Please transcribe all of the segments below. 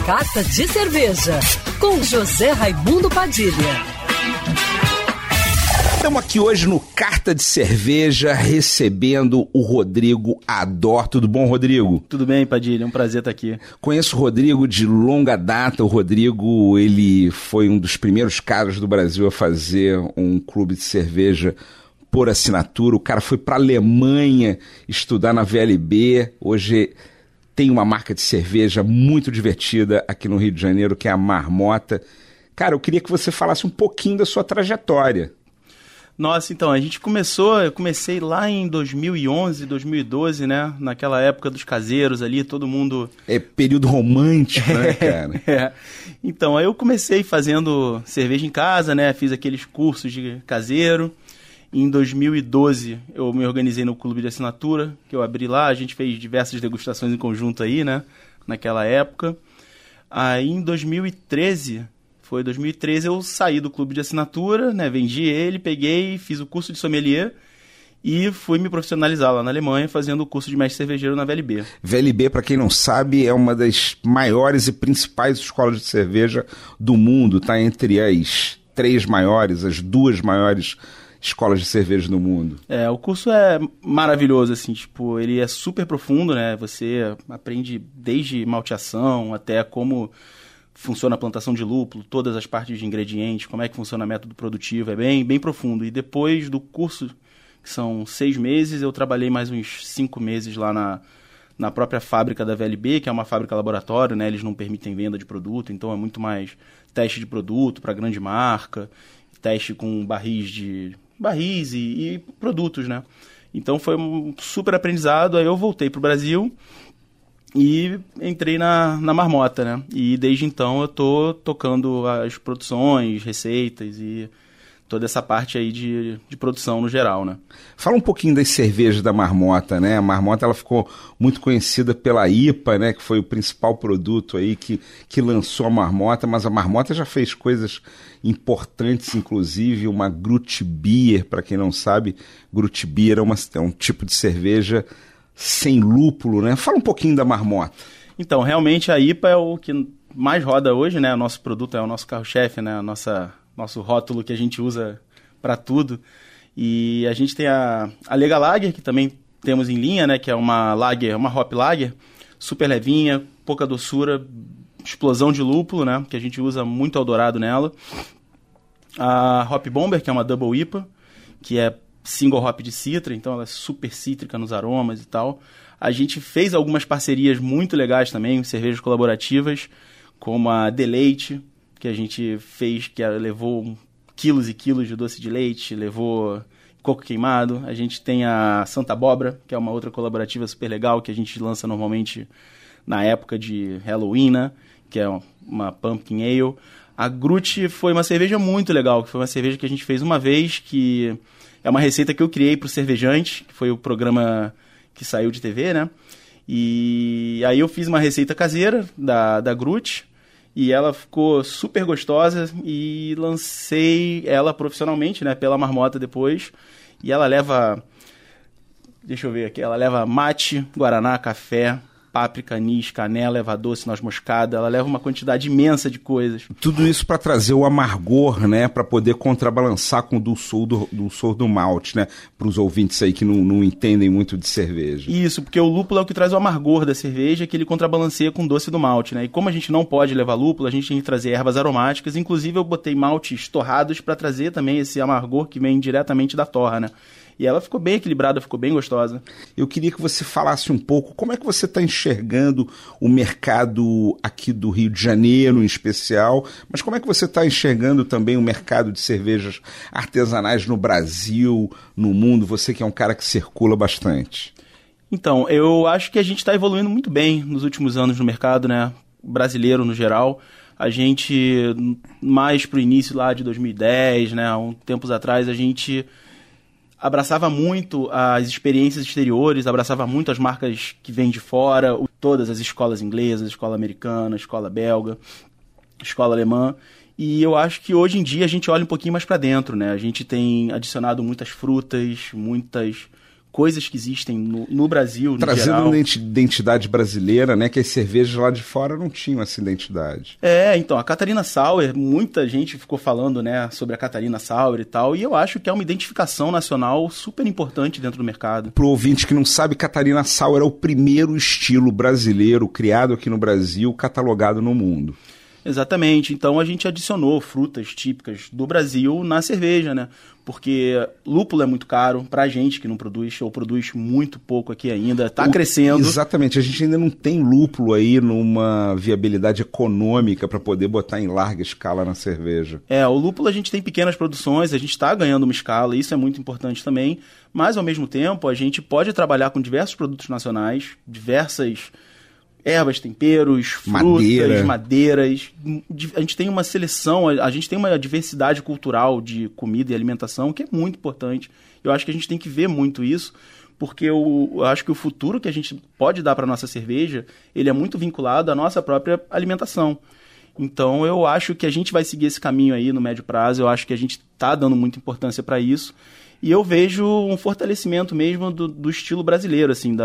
Carta de Cerveja, com José Raimundo Padilha. Estamos aqui hoje no Carta de Cerveja, recebendo o Rodrigo Ador. Tudo bom, Rodrigo? Tudo bem, Padilha, é um prazer estar aqui. Conheço o Rodrigo de longa data. O Rodrigo, ele foi um dos primeiros caras do Brasil a fazer um clube de cerveja por assinatura. O cara foi para a Alemanha estudar na VLB. Hoje tem uma marca de cerveja muito divertida aqui no Rio de Janeiro, que é a Marmota. Cara, eu queria que você falasse um pouquinho da sua trajetória. Nossa, então, eu comecei lá em 2011, 2012, né? Naquela época dos caseiros ali, todo mundo... É período romântico, né, cara? Então, aí eu comecei fazendo cerveja em casa, né? Fiz aqueles cursos de caseiro. Em 2012, eu me organizei no clube de assinatura, que eu abri lá. A gente fez diversas degustações em conjunto aí, né? Naquela época. Aí, em 2013 eu saí do clube de assinatura, né? Vendi ele, peguei, fiz o curso de sommelier e fui me profissionalizar lá na Alemanha fazendo o curso de mestre cervejeiro na VLB. VLB, para quem não sabe, é uma das maiores e principais escolas de cerveja do mundo, tá entre as 3 maiores, as 2 maiores escolas de cerveja do mundo. O curso é maravilhoso, assim, tipo, ele é super profundo, né? Você aprende desde malteação até como funciona a plantação de lúpulo, todas as partes de ingredientes, como é que funciona o método produtivo, é bem profundo. E depois do curso, que são 6 meses, eu trabalhei mais uns 5 meses lá na própria fábrica da VLB, que é uma fábrica laboratório, né? Eles não permitem venda de produto, então é muito mais teste de produto para grande marca, teste com barris e produtos, né? Então foi um super aprendizado. Aí eu voltei para o Brasil e entrei na Marmota, né? E desde então eu tô tocando as produções, receitas e toda essa parte aí de produção no geral, né? Fala um pouquinho das cervejas da Marmota, né? A Marmota, ela ficou muito conhecida pela IPA, né? Que foi o principal produto aí que lançou a Marmota, mas a Marmota já fez coisas importantes, inclusive uma Grutt Bier. Para quem não sabe, Grutt Bier é um tipo de cerveja sem lúpulo, né? Fala um pouquinho da Marmota. Então, realmente a IPA é o que mais roda hoje, né? O nosso produto é o nosso carro-chefe, né? Nosso rótulo que a gente usa para tudo. E a gente tem a Lega Lager, que também temos em linha, né? Que é uma hop lager, super levinha, pouca doçura, explosão de lúpulo, né? Que a gente usa muito Eldorado nela. A Hop Bomber, que é uma Double IPA, que é single hop de citra, então ela é super cítrica nos aromas e tal. A gente fez algumas parcerias muito legais também, cervejas colaborativas, como a Deleite, que a gente fez, que levou quilos e quilos de doce de leite, levou coco queimado. A gente tem a Santa Abóbora, que é uma outra colaborativa super legal, que a gente lança normalmente na época de Halloween, né? Que é uma Pumpkin Ale. A Grutt foi uma cerveja muito legal, que foi uma cerveja que a gente fez uma vez, que é uma receita que eu criei para o Cervejante, que foi o programa que saiu de TV, né? E aí eu fiz uma receita caseira da Grutt, e ela ficou super gostosa, e lancei ela profissionalmente, né? Pela Marmota depois. E ela leva, deixa eu ver aqui, ela leva mate, guaraná, café, páprica, anis, canela, erva doce, noz moscada. Ela leva uma quantidade imensa de coisas. Tudo isso para trazer o amargor, né? Para poder contrabalançar com o dulçor do malte, né? Para os ouvintes aí que não entendem muito de cerveja. Isso, porque o lúpulo é o que traz o amargor da cerveja, que ele contrabalanceia com o doce do malte, né? E como a gente não pode levar lúpulo, a gente tem que trazer ervas aromáticas. Inclusive eu botei maltes torrados para trazer também esse amargor que vem diretamente da torra, né? E ela ficou bem equilibrada, ficou bem gostosa. Eu queria que você falasse um pouco como é que você está enxergando o mercado aqui do Rio de Janeiro, em especial, mas como é que você está enxergando também o mercado de cervejas artesanais no Brasil, no mundo, você que é um cara que circula bastante? Então, eu acho que a gente está evoluindo muito bem nos últimos anos no mercado, né? Brasileiro no geral. A gente, mais para o início lá de 2010, né? Há uns tempos atrás, a gente abraçava muito as experiências exteriores, abraçava muito as marcas que vêm de fora, todas as escolas inglesas, escola americana, escola belga, escola alemã. E eu acho que hoje em dia a gente olha um pouquinho mais para dentro, né? A gente tem adicionado muitas frutas, muitas coisas que existem no Brasil, no geral. Trazendo uma identidade brasileira, né? Que as cervejas lá de fora não tinham essa identidade. Então, a Catarina Sour, muita gente ficou falando, né, sobre a Catarina Sour e tal, e eu acho que é uma identificação nacional super importante dentro do mercado. Pro ouvinte que não sabe, Catarina Sour é o primeiro estilo brasileiro criado aqui no Brasil, catalogado no mundo. Exatamente, então a gente adicionou frutas típicas do Brasil na cerveja, né? Porque lúpulo é muito caro pra gente que não produz, ou produz muito pouco aqui ainda, tá crescendo. Exatamente, a gente ainda não tem lúpulo aí numa viabilidade econômica para poder botar em larga escala na cerveja. O lúpulo a gente tem pequenas produções, a gente está ganhando uma escala, isso é muito importante também, mas ao mesmo tempo a gente pode trabalhar com diversos produtos nacionais, diversas ervas, temperos, frutas, madeiras. A gente tem uma seleção, a gente tem uma diversidade cultural de comida e alimentação que é muito importante. Eu acho que a gente tem que ver muito isso, porque eu acho que o futuro que a gente pode dar para a nossa cerveja, ele é muito vinculado à nossa própria alimentação. Então eu acho que a gente vai seguir esse caminho aí no médio prazo, eu acho que a gente está dando muita importância para isso. E eu vejo um fortalecimento mesmo do estilo brasileiro, assim,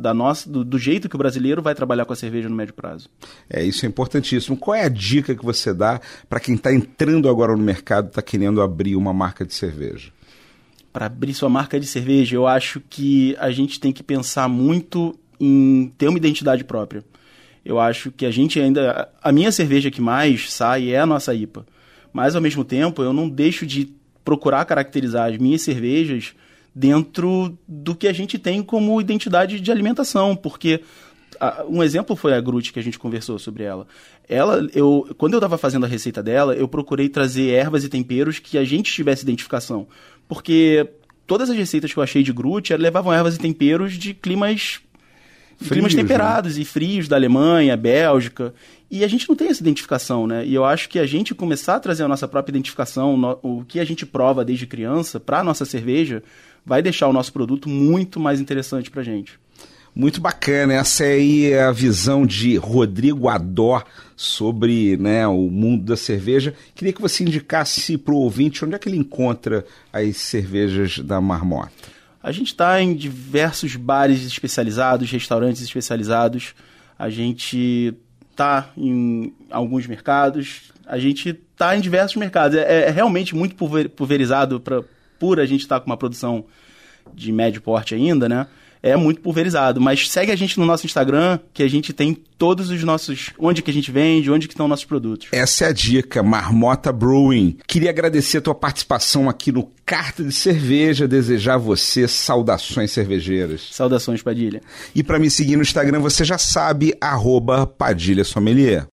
do jeito que o brasileiro vai trabalhar com a cerveja no médio prazo. Isso é importantíssimo. Qual é a dica que você dá para quem está entrando agora no mercado e está querendo abrir uma marca de cerveja? Para abrir sua marca de cerveja, eu acho que a gente tem que pensar muito em ter uma identidade própria. Eu acho que a minha cerveja que mais sai é a nossa IPA. Mas, ao mesmo tempo, eu não deixo de procurar caracterizar as minhas cervejas dentro do que a gente tem como identidade de alimentação, porque um exemplo foi a Grut, que a gente conversou sobre ela. Quando eu estava fazendo a receita dela, eu procurei trazer ervas e temperos que a gente tivesse identificação, porque todas as receitas que eu achei de Grut levavam ervas e temperos de climas temperados, né? E frios da Alemanha, Bélgica, e a gente não tem essa identificação, né? E eu acho que a gente começar a trazer a nossa própria identificação, o que a gente prova desde criança para a nossa cerveja, vai deixar o nosso produto muito mais interessante para a gente. Muito bacana, essa aí é a visão de Rodrigo Ador sobre, né, o mundo da cerveja. Queria que você indicasse para o ouvinte onde é que ele encontra as cervejas da Marmota. A gente está em diversos bares especializados, restaurantes especializados, a gente está em alguns mercados, a gente está em diversos mercados. É realmente muito pulverizado por a gente estar com uma produção de médio porte ainda, né? É muito pulverizado, mas segue a gente no nosso Instagram, que a gente tem todos os nossos... onde que a gente vende, onde que estão nossos produtos. Essa é a dica, Marmota Brewing. Queria agradecer a tua participação aqui no Carta de Cerveja, desejar a você saudações cervejeiras. Saudações, Padilha. E para me seguir no Instagram, você já sabe, @PadilhaSommelier.